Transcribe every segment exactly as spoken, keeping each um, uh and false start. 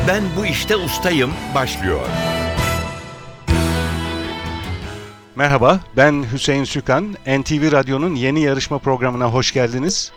Ben bu işte ustayım başlıyor. Merhaba, ben Hüseyin Sükan. N T V Radyo'nun yeni yarışma programına hoş geldiniz.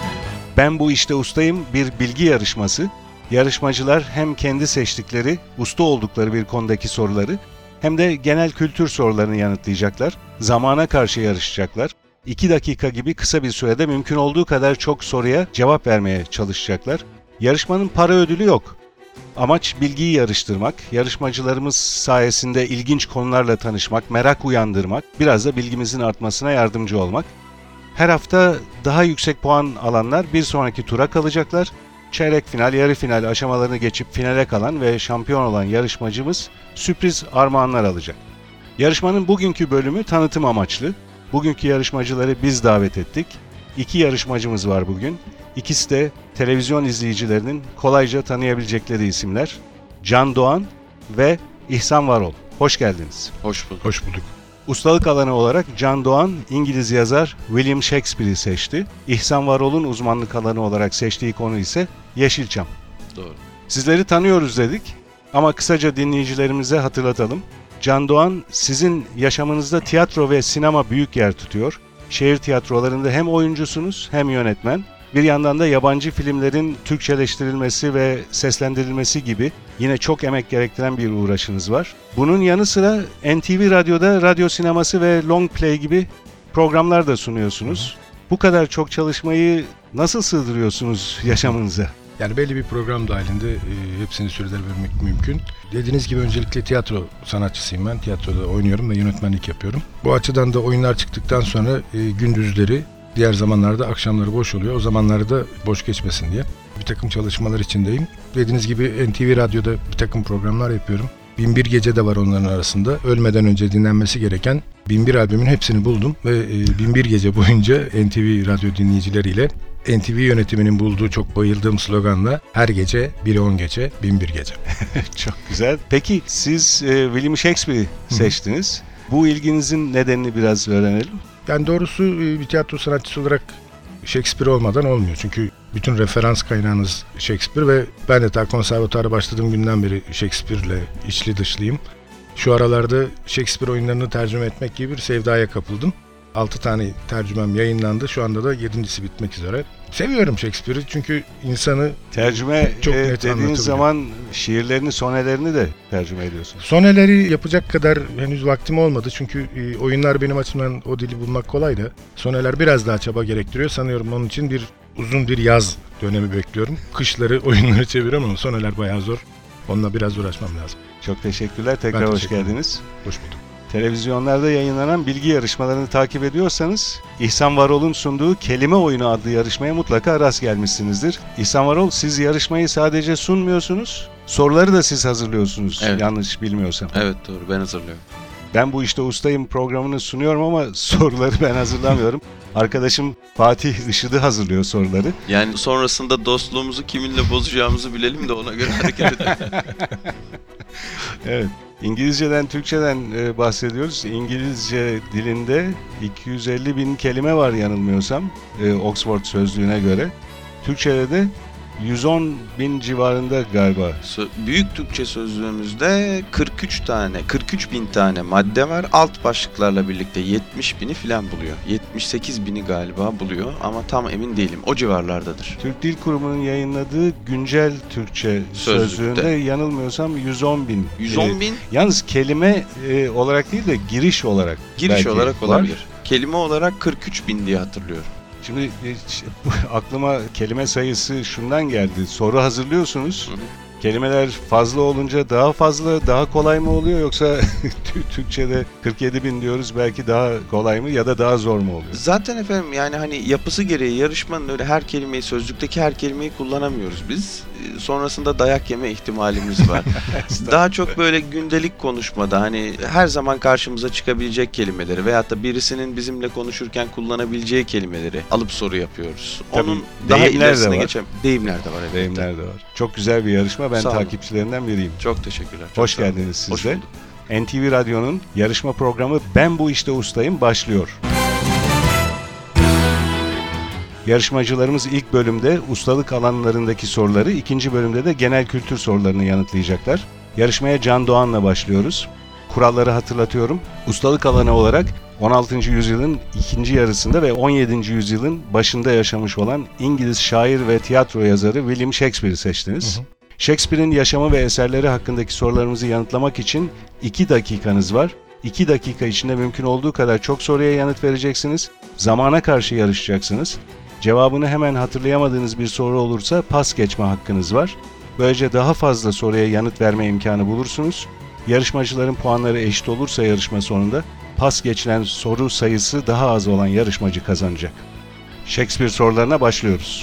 Ben bu işte ustayım bir bilgi yarışması. Yarışmacılar hem kendi seçtikleri, usta oldukları bir konudaki soruları hem de genel kültür sorularını yanıtlayacaklar. Zamana karşı yarışacaklar. İki dakika gibi kısa bir sürede mümkün olduğu kadar çok soruya cevap vermeye çalışacaklar. Yarışmanın para ödülü yok. Amaç bilgiyi yarıştırmak, yarışmacılarımız sayesinde ilginç konularla tanışmak, merak uyandırmak, biraz da bilgimizin artmasına yardımcı olmak. Her hafta daha yüksek puan alanlar bir sonraki tura kalacaklar. Çeyrek final, yarı final aşamalarını geçip finale kalan ve şampiyon olan yarışmacımız sürpriz armağanlar alacak. Yarışmanın bugünkü bölümü tanıtım amaçlı. Bugünkü yarışmacıları biz davet ettik. İki yarışmacımız var bugün. İkisi de televizyon izleyicilerinin kolayca tanıyabilecekleri isimler. Can Doğan ve İhsan Varol. Hoş geldiniz. Hoş bulduk. Hoş bulduk. Ustalık alanı olarak Can Doğan İngiliz yazar William Shakespeare'i seçti. İhsan Varol'un uzmanlık alanı olarak seçtiği konu ise Yeşilçam. Doğru. Sizleri tanıyoruz dedik ama kısaca dinleyicilerimize hatırlatalım. Can Doğan sizin yaşamınızda tiyatro ve sinema büyük yer tutuyor. Şehir tiyatrolarında hem oyuncusunuz hem yönetmen. Bir yandan da yabancı filmlerin Türkçeleştirilmesi ve seslendirilmesi gibi yine çok emek gerektiren bir uğraşınız var. Bunun yanı sıra N T V Radyo'da radyo sineması ve long play gibi programlar da sunuyorsunuz. Bu kadar çok çalışmayı nasıl sığdırıyorsunuz yaşamınıza? Yani belli bir program dahilinde e, hepsini sürdürebilmek mümkün. Dediğiniz gibi öncelikle tiyatro sanatçısıyım ben. Tiyatroda oynuyorum ve yönetmenlik yapıyorum. Bu açıdan da oyunlar çıktıktan sonra e, gündüzleri, diğer zamanlarda akşamları boş oluyor. O zamanlarda boş geçmesin diye bir takım çalışmalar içindeyim. Dediğiniz gibi N T V Radyo'da bir takım programlar yapıyorum. Bin bir Gece de var onların arasında. Ölmeden önce dinlenmesi gereken bin bir albümün hepsini buldum ve e, bin bir Gece boyunca N T V Radyo dinleyicileriyle N T V yönetiminin bulduğu çok bayıldığım sloganla her gece biri on gece, bin bir gece. Çok güzel. Peki siz e, William Shakespeare'i seçtiniz. Bu ilginizin nedenini biraz öğrenelim. Yani doğrusu bir tiyatro sanatçısı olarak Shakespeare olmadan olmuyor. Çünkü bütün referans kaynağınız Shakespeare ve ben de ta konservatuara başladığım günden beri Shakespeare'le içli dışlıyım. Şu aralarda Shakespeare oyunlarını tercüme etmek gibi bir sevdaya kapıldım. altı tane tercümem yayınlandı. Şu anda da yedincisi bitmek üzere. Seviyorum Shakespeare'i çünkü insanı Tercüme çok e, net dediğiniz anlatabiliyor. zaman şiirlerini, sonelerini de tercüme ediyorsunuz. Soneleri yapacak kadar henüz vaktim olmadı. Çünkü e, oyunlar benim açımdan o dili bulmak kolay da soneler biraz daha çaba gerektiriyor. Sanıyorum onun için bir uzun bir yaz dönemi bekliyorum. Kışları oyunları çeviriyorum ama soneler bayağı zor. Onunla biraz uğraşmam lazım. Çok teşekkürler. Tekrar Ben hoş teşekkür ederim. geldiniz. Hoş bulduk. Televizyonlarda yayınlanan bilgi yarışmalarını takip ediyorsanız İhsan Varol'un sunduğu Kelime Oyunu adlı yarışmaya mutlaka rast gelmişsinizdir. İhsan Varol, siz yarışmayı sadece sunmuyorsunuz, soruları da siz hazırlıyorsunuz, Evet. Yanlış bilmiyorsam. Evet doğru, ben hazırlıyorum. Ben bu işte ustayım programını sunuyorum ama soruları ben hazırlamıyorum. Arkadaşım Fatih Işıdı hazırlıyor soruları. Yani sonrasında dostluğumuzu kiminle bozacağımızı bilelim de ona göre hareket edelim. Evet. İngilizceden, Türkçeden e, bahsediyoruz. İngilizce dilinde iki yüz elli bin kelime var yanılmıyorsam e, Oxford Sözlüğü'ne göre. Türkçede de yüz on bin civarında galiba. Sö- Büyük Türkçe sözlüğümüzde kırk üç tane, kırk üç bin tane madde var. Alt başlıklarla birlikte yetmiş bini filan buluyor. yetmiş sekiz bini galiba buluyor ama tam emin değilim. O civarlardadır. Türk Dil Kurumu'nun yayınladığı güncel Türkçe Sözlükte. sözlüğünde yanılmıyorsam yüz on bin. yüz on bin E, yalnız kelime e, olarak değil de giriş olarak. giriş belki olarak var. olabilir. Kelime olarak kırk üç bin diye hatırlıyorum. Şimdi e, ş- aklıma kelime sayısı şundan geldi. Soru hazırlıyorsunuz. Hı hı. Kelimeler fazla olunca daha fazla, daha kolay mı oluyor yoksa Tü- Türkçe'de kırk yedi bin diyoruz, belki daha kolay mı ya da daha zor mu oluyor? Zaten efendim yani hani yapısı gereği yarışmanın öyle her kelimeyi, sözlükteki her kelimeyi kullanamıyoruz biz. Ee, Sonrasında dayak yeme ihtimalimiz var. Daha çok böyle gündelik konuşmada hani her zaman karşımıza çıkabilecek kelimeleri veyahut da birisinin bizimle konuşurken kullanabileceği kelimeleri alıp soru yapıyoruz. Tabii, Onun daha deyimler de ilerisine var. geçelim. Deyimler de var evet. Deyimler de var. Çok güzel bir yarışma. Ben Sağ olun. takipçilerinden biriyim. Çok teşekkürler. Çok Hoş sağ olun. geldiniz siz Hoş de. bulduk. N T V Radyo'nun yarışma programı Ben Bu İşte Ustayım başlıyor. Yarışmacılarımız ilk bölümde ustalık alanlarındaki soruları, ikinci bölümde de genel kültür sorularını yanıtlayacaklar. Yarışmaya Can Doğan'la başlıyoruz. Kuralları hatırlatıyorum. Ustalık alanı olarak on altıncı yüzyılın ikinci yarısında ve on yedinci yüzyılın başında yaşamış olan İngiliz şair ve tiyatro yazarı William Shakespeare'i seçtiniz. Hı hı. Shakespeare'in yaşamı ve eserleri hakkındaki sorularımızı yanıtlamak için iki dakikanız var. iki dakika içinde mümkün olduğu kadar çok soruya yanıt vereceksiniz. Zamana karşı yarışacaksınız. Cevabını hemen hatırlayamadığınız bir soru olursa pas geçme hakkınız var. Böylece daha fazla soruya yanıt verme imkanı bulursunuz. Yarışmacıların puanları eşit olursa yarışma sonunda pas geçilen soru sayısı daha az olan yarışmacı kazanacak. Shakespeare sorularına başlıyoruz.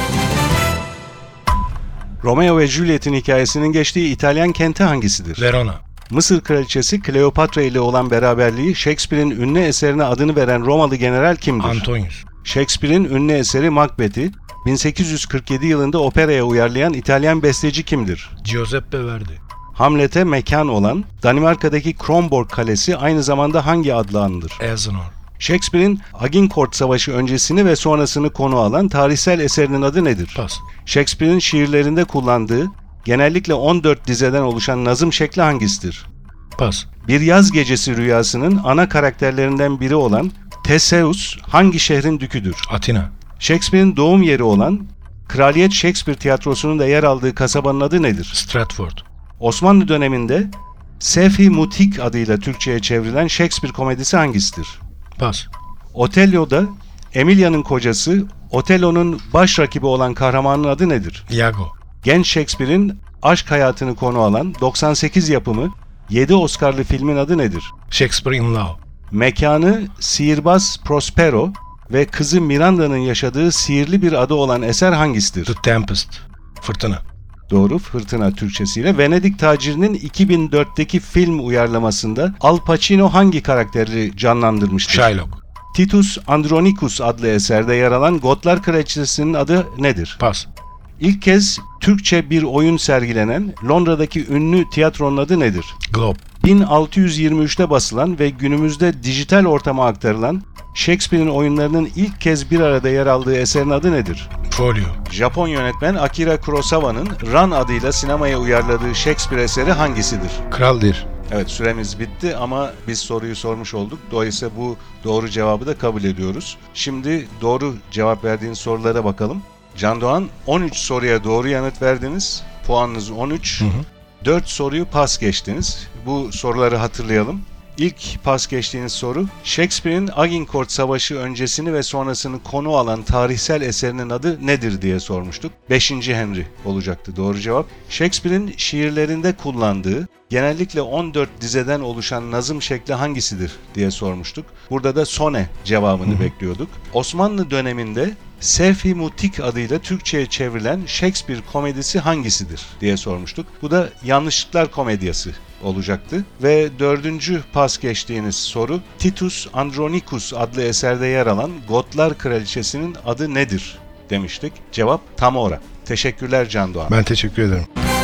Romeo ve Juliet'in hikayesinin geçtiği İtalyan kenti hangisidir? Verona. Mısır kraliçesi Kleopatra ile olan beraberliği Shakespeare'in ünlü eserine adını veren Romalı general kimdir? Antonius. Shakespeare'in ünlü eseri Macbeth'i bin sekiz yüz kırk yedi yılında operaya uyarlayan İtalyan besteci kimdir? Giuseppe Verdi. Hamlet'e mekan olan Danimarka'daki Kronborg Kalesi aynı zamanda hangi adla anılır? Elsinore. Shakespeare'in Agincourt Savaşı öncesini ve sonrasını konu alan tarihsel eserinin adı nedir? Pas. Shakespeare'in şiirlerinde kullandığı genellikle on dört dizeden oluşan nazım şekli hangisidir? Pas. Bir Yaz Gecesi rüyasının ana karakterlerinden biri olan Theseus hangi şehrin düküdür? Atina. Shakespeare'in doğum yeri olan Kraliyet Shakespeare Tiyatrosu'nun da yer aldığı kasabanın adı nedir? Stratford. Osmanlı döneminde Sefhi Mutik adıyla Türkçe'ye çevrilen Shakespeare komedisi hangisidir? Pas. Otello'da Emilia'nın kocası, Otello'nun baş rakibi olan kahramanın adı nedir? Iago. Genç Shakespeare'in aşk hayatını konu alan doksan sekiz yapımı yedi Oscar'lı filmin adı nedir? Shakespeare in Love. Mekanı sihirbaz Prospero ve kızı Miranda'nın yaşadığı sihirli bir ada olan eser hangisidir? The Tempest. Fırtına. Doğru, Fırtına Türkçesiyle. Venedik Taciri'nin iki bin dörtteki film uyarlamasında Al Pacino hangi karakteri canlandırmıştır? Shylock. Titus Andronicus adlı eserde yer alan Gotlar Kraliçesi'nin adı nedir? Pas. İlk kez Türkçe bir oyun sergilenen Londra'daki ünlü tiyatronun adı nedir? Globe. bin altı yüz yirmi üçte basılan ve günümüzde dijital ortama aktarılan Shakespeare'in oyunlarının ilk kez bir arada yer aldığı eserin adı nedir? Folio. Japon yönetmen Akira Kurosawa'nın Ran adıyla sinemaya uyarladığı Shakespeare eseri hangisidir? Kral Lear. Evet, süremiz bitti ama biz soruyu sormuş olduk. Dolayısıyla bu doğru cevabı da kabul ediyoruz. Şimdi doğru cevap verdiğiniz sorulara bakalım. Can Doğan, on üç soruya doğru yanıt verdiniz. Puanınız on üç. Hı hı. dört soruyu pas geçtiniz. Bu soruları hatırlayalım. İlk pas geçtiğiniz soru, Shakespeare'in Agincourt Savaşı öncesini ve sonrasını konu alan tarihsel eserinin adı nedir diye sormuştuk. beşinci Henry olacaktı doğru cevap. Shakespeare'in şiirlerinde kullandığı genellikle on dört dizeden oluşan nazım şekli hangisidir diye sormuştuk. Burada da sone cevabını Hı-hı. bekliyorduk. Osmanlı döneminde Sefhi Mutik adıyla Türkçe'ye çevrilen Shakespeare komedisi hangisidir diye sormuştuk. Bu da Yanlışlıklar Komedyası olacaktı. Ve dördüncü pas geçtiğiniz soru, Titus Andronicus adlı eserde yer alan Gotlar Kraliçesi'nin adı nedir demiştik. Cevap Tamora. Teşekkürler Can Doğan. Ben teşekkür ederim.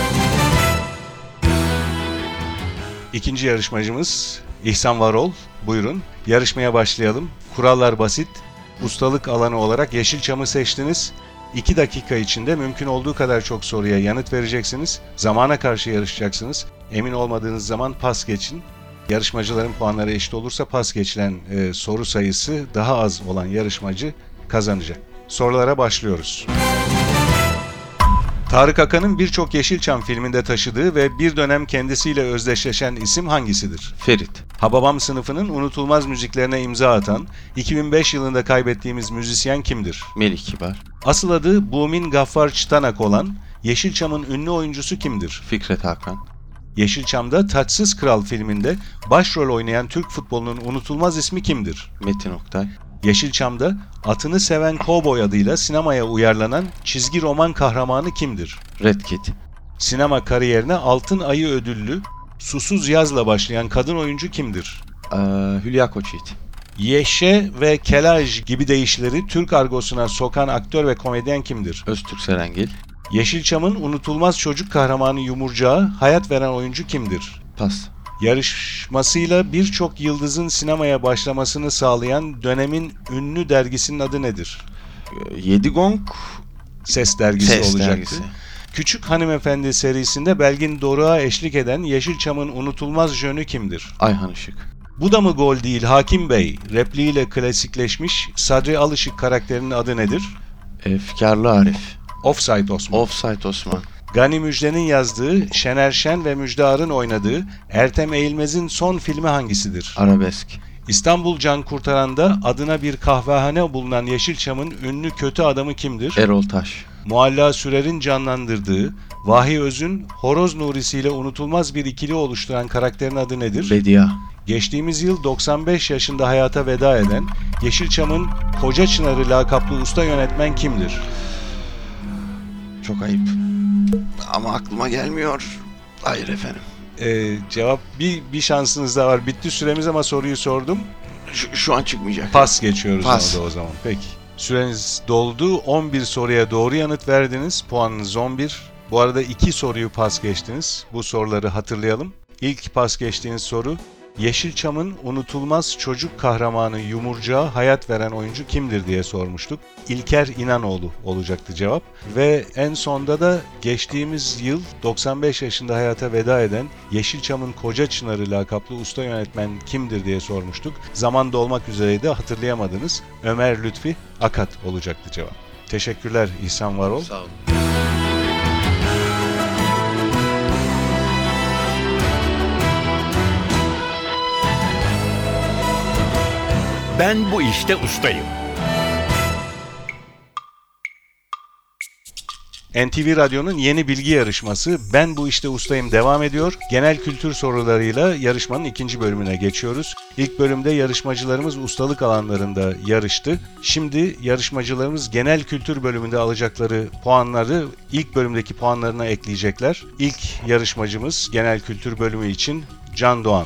İkinci yarışmacımız İhsan Varol. Buyurun. Yarışmaya başlayalım. Kurallar basit. Ustalık alanı olarak Yeşilçam'ı seçtiniz. iki dakika içinde mümkün olduğu kadar çok soruya yanıt vereceksiniz. Zamana karşı yarışacaksınız. Emin olmadığınız zaman pas geçin. Yarışmacıların puanları eşit olursa pas geçilen e, soru sayısı daha az olan yarışmacı kazanacak. Sorulara başlıyoruz. Tarık Akan'ın birçok Yeşilçam filminde taşıdığı ve bir dönem kendisiyle özdeşleşen isim hangisidir? Ferit. Hababam sınıfının unutulmaz müziklerine imza atan, iki bin beş yılında kaybettiğimiz müzisyen kimdir? Melih Kibar. Asıl adı Bumin Gaffar Çıtanak olan Yeşilçam'ın ünlü oyuncusu kimdir? Fikret Hakan. Yeşilçam'da Taçsız Kral filminde başrol oynayan Türk futbolunun unutulmaz ismi kimdir? Metin Oktay. Yeşilçam'da atını seven kovboy adıyla sinemaya uyarlanan çizgi roman kahramanı kimdir? Red Kit. Sinema kariyerine Altın Ayı ödüllü Susuz Yaz'la başlayan kadın oyuncu kimdir? Ee, Hülya Koçyiğit. Yeşe ve Kelaj gibi deyişleri Türk argosuna sokan aktör ve komedyen kimdir? Öztürk Serengil. Yeşilçam'ın unutulmaz çocuk kahramanı Yumurcağı hayat veren oyuncu kimdir? Pas. Yarışmasıyla birçok yıldızın sinemaya başlamasını sağlayan dönemin ünlü dergisinin adı nedir? Yedi Gong Ses dergisi Ses olacaktı. dergisi. Küçük Hanımefendi serisinde Belgin Doruk'a eşlik eden Yeşilçam'ın unutulmaz jönü kimdir? Ayhan Işık. Bu da mı gol değil Hakim Bey repliğiyle klasikleşmiş Sadri Alışık karakterinin adı nedir? Efkarlı Arif. Offside Osman. Offside Osman. Gani Müjde'nin yazdığı, Şener Şen ve Müjde Ar'ın oynadığı Ertem Eğilmez'in son filmi hangisidir? Arabesk. İstanbul Can Kurtaran'da adına bir kahvehane bulunan Yeşilçam'ın ünlü kötü adamı kimdir? Erol Taş. Mualla Sürer'in canlandırdığı, Vahiy Öz'ün Horoz Nurisi ile unutulmaz bir ikili oluşturan karakterin adı nedir? Bedia. Geçtiğimiz yıl doksan beş yaşında hayata veda eden Yeşilçam'ın Koca Çınarı lakaplı usta yönetmen kimdir? Çok ayıp. Ama aklıma gelmiyor. Hayır efendim. Ee, cevap bir, bir şansınız daha var. Bitti süremiz ama soruyu sordum. Şu, şu an çıkmayacak. Pas geçiyoruz Pas. ona da o zaman. Peki. Süreniz doldu. on bir soruya doğru yanıt verdiniz. Puanınız on bir. Bu arada iki soruyu pas geçtiniz. Bu soruları hatırlayalım. İlk pas geçtiğiniz soru Yeşilçam'ın unutulmaz çocuk kahramanı Yumurcak'a hayat veren oyuncu kimdir diye sormuştuk. İlker İnanoğlu olacaktı cevap. Ve en sonda da geçtiğimiz yıl doksan beş yaşında hayata veda eden Yeşilçam'ın Koca Çınarı lakaplı usta yönetmen kimdir diye sormuştuk. Zaman dolmak üzereydi, hatırlayamadınız. Ömer Lütfi Akat olacaktı cevap. Teşekkürler İhsan Varol. Sağ olun. Ben bu işte ustayım. N T V Radyo'nun yeni bilgi yarışması Ben Bu İşte Ustayım devam ediyor. Genel kültür sorularıyla yarışmanın ikinci bölümüne geçiyoruz. İlk bölümde yarışmacılarımız ustalık alanlarında yarıştı. Şimdi yarışmacılarımız genel kültür bölümünde alacakları puanları ilk bölümdeki puanlarına ekleyecekler. İlk yarışmacımız genel kültür bölümü için Can Doğan.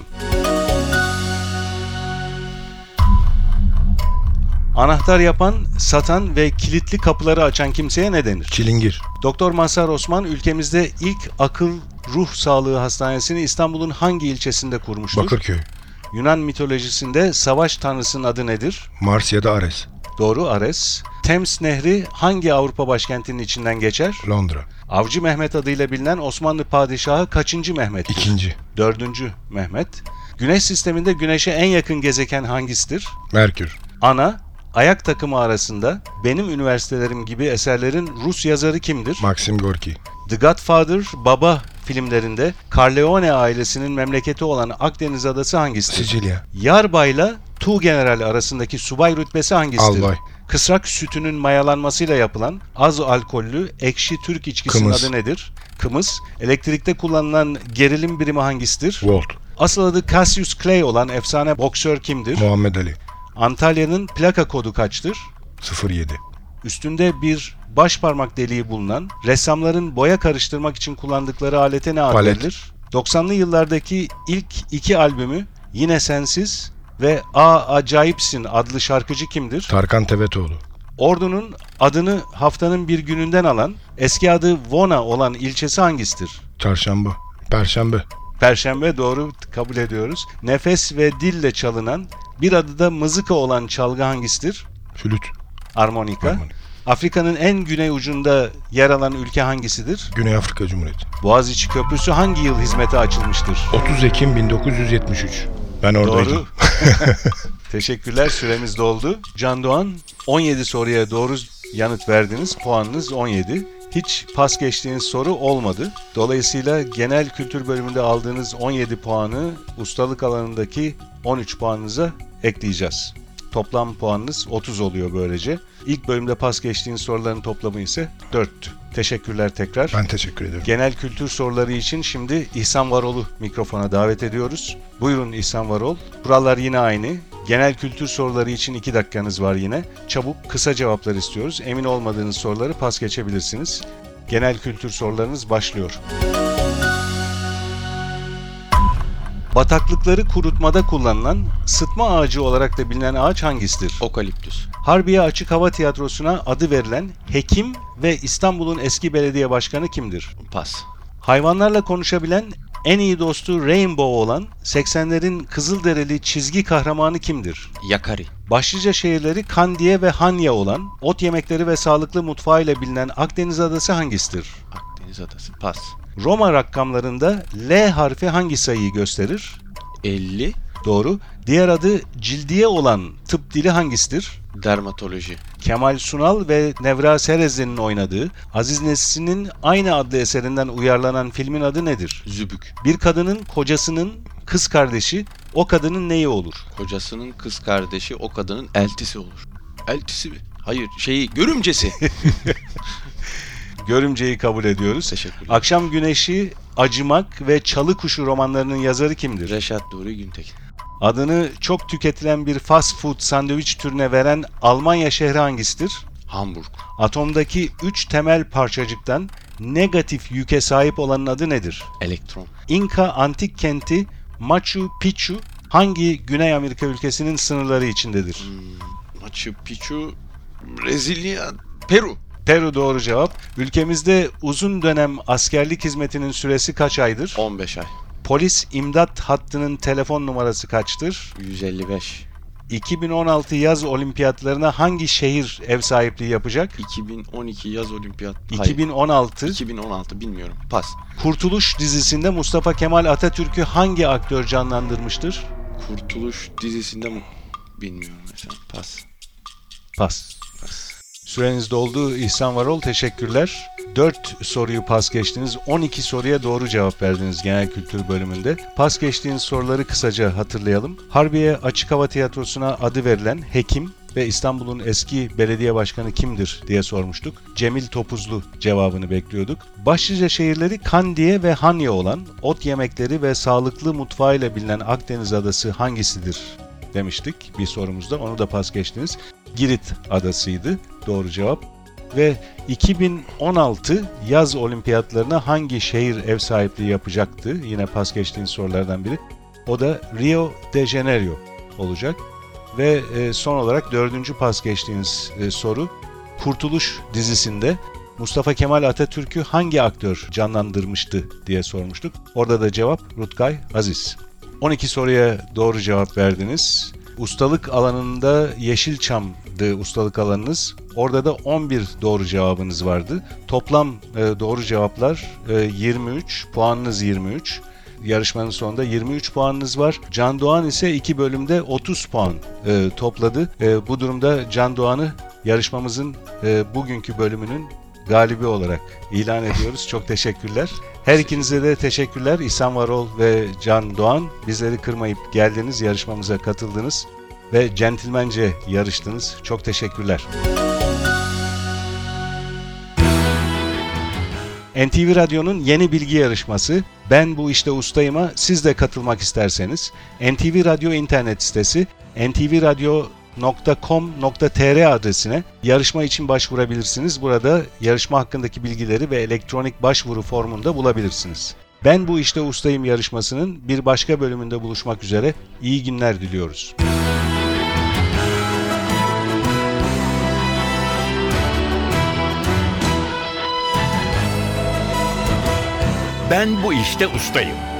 Anahtar yapan, satan ve kilitli kapıları açan kimseye ne denir? Çilingir. Doktor Mazhar Osman ülkemizde ilk akıl ruh sağlığı hastanesini İstanbul'un hangi ilçesinde kurmuştur? Bakırköy. Yunan mitolojisinde savaş tanrısının adı nedir? Mars ya da Ares. Doğru, Ares. Thames Nehri hangi Avrupa başkentinin içinden geçer? Londra. Avcı Mehmet adıyla bilinen Osmanlı padişahı kaçıncı Mehmet'tir? İkinci. Dördüncü Mehmet. Güneş sisteminde Güneş'e en yakın gezegen hangisidir? Merkür. Ana, Ayak takımı arasında Benim Üniversitelerim gibi eserlerin Rus yazarı kimdir? Maxim Gorki. The Godfather, Baba filmlerinde Corleone ailesinin memleketi olan Akdeniz adası hangisidir? Sicilya. Yarbayla Tuğgeneral arasındaki subay rütbesi hangisidir? Albay. Kısrak sütünün mayalanmasıyla yapılan az alkollü ekşi Türk içkisinin Kımız. adı nedir? Kımız. Elektrikte kullanılan gerilim birimi hangisidir? Volt. Asıl adı Cassius Clay olan efsane boksör kimdir? Muhammed Ali. Antalya'nın plaka kodu kaçtır? sıfır yedi. Üstünde bir baş parmak deliği bulunan ressamların boya karıştırmak için kullandıkları alete ne ad Palet. verilir? doksanlı yıllardaki ilk iki albümü Yine Sensiz ve A Acayipsin adlı şarkıcı kimdir? Tarkan Tevetoğlu. Ordu'nun adını haftanın bir gününden alan, eski adı Vona olan ilçesi hangisidir? Çarşamba. Perşembe. Perşembe, doğru, kabul ediyoruz. Nefes ve dille çalınan, bir adı da mızıka olan çalgı hangisidir? Flüt. Armonika. Armonika. Afrika'nın en güney ucunda yer alan ülke hangisidir? Güney Afrika Cumhuriyeti. Boğaziçi Köprüsü hangi yıl hizmete açılmıştır? otuz Ekim bin dokuz yüz yetmiş üç. Ben oradaydım. Doğru. Teşekkürler, süremiz doldu. Can Doğan, on yedi soruya doğru yanıt verdiniz. Puanınız on yedi. Hiç pas geçtiğiniz soru olmadı. Dolayısıyla genel kültür bölümünde aldığınız on yedi puanı ustalık alanındaki on üç puanınıza ekleyeceğiz. Toplam puanınız otuz oluyor böylece. İlk bölümde pas geçtiğiniz soruların toplamı ise dörttü. Teşekkürler tekrar. Ben teşekkür ederim. Genel kültür soruları için şimdi İhsan Varol'u mikrofona davet ediyoruz. Buyurun İhsan Varol. Kurallar yine aynı. Genel kültür soruları için iki dakikanız var yine. Çabuk, kısa cevaplar istiyoruz. Emin olmadığınız soruları pas geçebilirsiniz. Genel kültür sorularınız başlıyor. Bataklıkları kurutmada kullanılan sıtma ağacı olarak da bilinen ağaç hangisidir? Okaliptüs. Harbiye Açık Hava Tiyatrosu'na adı verilen hekim ve İstanbul'un eski belediye başkanı kimdir? Pas. Hayvanlarla konuşabilen En iyi dostu Rainbow olan seksenlerin Kızılderili çizgi kahramanı kimdir? Yakari. Başlıca şehirleri Kandiye ve Hanya olan, ot yemekleri ve sağlıklı mutfağıyla bilinen Akdeniz adası hangisidir? Akdeniz adası. Pas. Roma rakamlarında L harfi hangi sayıyı gösterir? elli. Doğru. Diğer adı cildiye olan tıp dili hangisidir? Dermatoloji. Kemal Sunal ve Nevra Serezli'nin oynadığı, Aziz Nesin'in aynı adlı eserinden uyarlanan filmin adı nedir? Zübük. Bir kadının kocasının kız kardeşi, o kadının neyi olur? Kocasının kız kardeşi o kadının eltisi olur. Eltisi mi? Hayır, şeyi görümcesi. Görümceyi kabul ediyoruz. Teşekkürler. Akşam Güneşi, Acımak ve Çalı Kuşu romanlarının yazarı kimdir? Reşat Nuri Güntekin. Adını çok tüketilen bir fast food sandviç türüne veren Almanya şehri hangisidir? Hamburg. Atomdaki üç temel parçacıktan negatif yüke sahip olanın adı nedir? Elektron. İnka antik kenti Machu Picchu hangi Güney Amerika ülkesinin sınırları içindedir? Hmm, Machu Picchu, Brezilya, Peru. Peru doğru cevap. Ülkemizde uzun dönem askerlik hizmetinin süresi kaç aydır? on beş ay. Polis imdat hattının telefon numarası kaçtır? yüz elli beş. iki bin on altı yaz olimpiyatlarına hangi şehir ev sahipliği yapacak? iki bin on iki yaz olimpiyat. iki bin on altı. Hayır. iki bin on altı bilmiyorum. Pas. Kurtuluş dizisinde Mustafa Kemal Atatürk'ü hangi aktör canlandırmıştır? Kurtuluş dizisinde mi? Bilmiyorum mesela. Pas. Pas. Pas. Süreniz doldu. İhsan Varol teşekkürler. dört soruyu pas geçtiniz. on iki soruya doğru cevap verdiniz genel kültür bölümünde. Pas geçtiğiniz soruları kısaca hatırlayalım. Harbiye Açık Hava Tiyatrosu'na adı verilen hekim ve İstanbul'un eski belediye başkanı kimdir diye sormuştuk. Cemil Topuzlu cevabını bekliyorduk. Başlıca şehirleri Kandiye ve Hanya olan, ot yemekleri ve sağlıklı mutfağıyla bilinen Akdeniz adası hangisidir demiştik bir sorumuzda. Onu da pas geçtiniz. Girit adasıydı doğru cevap. Ve iki bin on altı yaz olimpiyatlarına hangi şehir ev sahipliği yapacaktı? Yine pas geçtiğiniz sorulardan biri. O da Rio de Janeiro olacak. Ve son olarak dördüncü pas geçtiğiniz soru. Kurtuluş dizisinde Mustafa Kemal Atatürk'ü hangi aktör canlandırmıştı diye sormuştuk. Orada da cevap Rutkay Aziz. on iki soruya doğru cevap verdiniz. Ustalık alanında Yeşilçam'dı ustalık alanınız. Orada da on bir doğru cevabınız vardı. Toplam e, doğru cevaplar e, yirmi üç, puanınız yirmi üç. Yarışmanın sonunda yirmi üç puanınız var. Can Doğan ise iki bölümde otuz puan e, topladı. E, bu durumda Can Doğan'ı yarışmamızın e, bugünkü bölümünün galibi olarak ilan ediyoruz. Çok teşekkürler. Her ikinize de teşekkürler. İhsan Varol ve Can Doğan bizleri kırmayıp geldiniz, yarışmamıza katıldınız ve centilmence yarıştınız. Çok teşekkürler. N T V Radyo'nun yeni bilgi yarışması Ben Bu İşte Ustayım'a siz de katılmak isterseniz N T V Radyo internet sitesi en ti vi radyo nokta com nokta tr adresine yarışma için başvurabilirsiniz. Burada yarışma hakkındaki bilgileri ve elektronik başvuru formunu da bulabilirsiniz. Ben Bu İşte Ustayım yarışmasının bir başka bölümünde buluşmak üzere. İyi günler diliyoruz. Ben bu işte ustayım.